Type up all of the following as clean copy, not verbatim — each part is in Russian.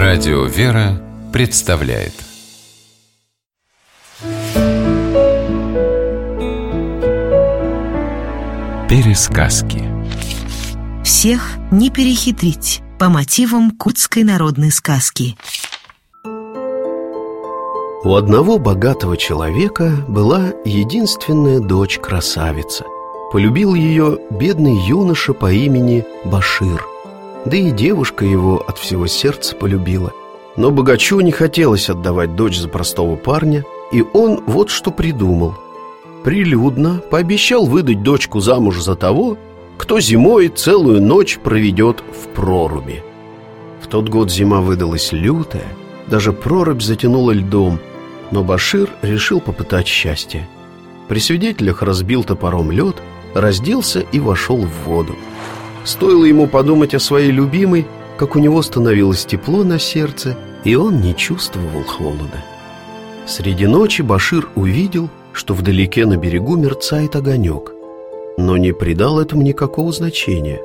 Радио «Вера» представляет Пересказки. Всех не перехитрить по мотивам курдской народной сказки. У одного богатого человека была единственная дочь-красавица. Полюбил ее бедный юноша по имени Башир. Да и девушка его от всего сердца полюбила. Но богачу не хотелось отдавать дочь за простого парня, и он вот что придумал. Прилюдно пообещал выдать дочку замуж за того, кто зимой целую ночь проведет в проруби. В тот год зима выдалась лютая, даже прорубь затянула льдом, но Башир решил попытать счастье. При свидетелях разбил топором лед, разделся и вошел в воду. Стоило ему подумать о своей любимой, как у него становилось тепло на сердце, и он не чувствовал холода. Среди ночи Башир увидел, что вдалеке на берегу мерцает огонек, но не придал этому никакого значения.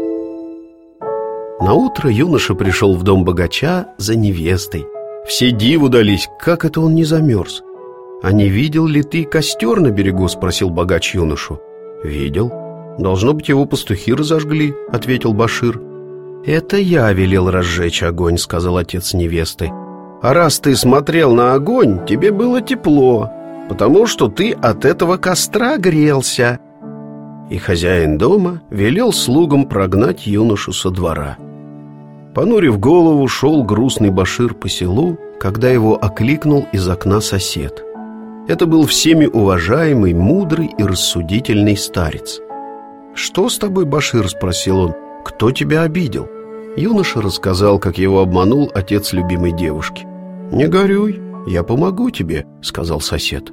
Наутро юноша пришел в дом богача за невестой. Все диву дались, как это он не замерз. «А не видел ли ты костер на берегу?» — спросил богач юношу. «Видел. Должно быть, его пастухи разожгли», — ответил Башир. «Это я велел разжечь огонь», — сказал отец невесты. «А раз ты смотрел на огонь, тебе было тепло, потому что ты от этого костра грелся». И хозяин дома велел слугам прогнать юношу со двора. Понурив голову, шел грустный Башир по селу, когда его окликнул из окна сосед. Это был всеми уважаемый, мудрый и рассудительный старец. «Что с тобой, Башир?» — спросил он. «Кто тебя обидел?» Юноша рассказал, как его обманул отец любимой девушки. «Не горюй, я помогу тебе», — сказал сосед.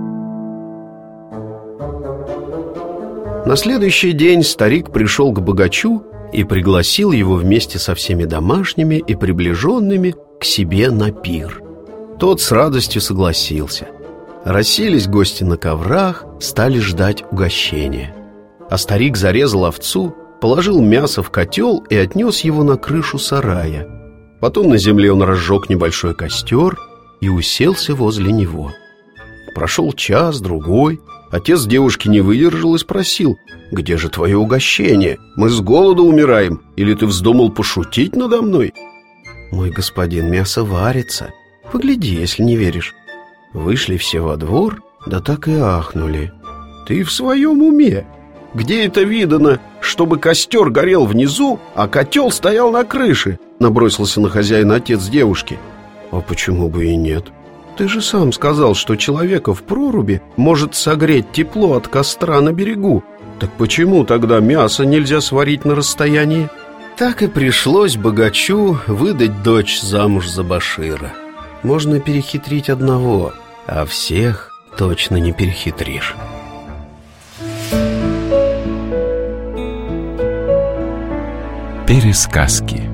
На следующий день старик пришел к богачу и пригласил его вместе со всеми домашними и приближенными к себе на пир. Тот с радостью согласился. Расселись гости на коврах, стали ждать угощения. А старик зарезал овцу, положил мясо в котел и отнес его на крышу сарая. Потом на земле он разжег небольшой костер и уселся возле него. Прошел час, другой. Отец девушки не выдержал и спросил: «Где же твое угощение? Мы с голоду умираем. Или ты вздумал пошутить надо мной?» «Мой господин, мясо варится. Погляди, если не веришь». Вышли все во двор, да так и ахнули. «Ты в своем уме? Где это видано, чтобы костер горел внизу, а котел стоял на крыше?» Набросился на хозяина отец девушки. «А почему бы и нет? Ты же сам сказал, что человека в проруби может согреть тепло от костра на берегу. Так почему тогда мясо нельзя сварить на расстоянии?» Так и пришлось богачу выдать дочь замуж за Башира. Можно перехитрить одного, а всех точно не перехитришь. Пересказки.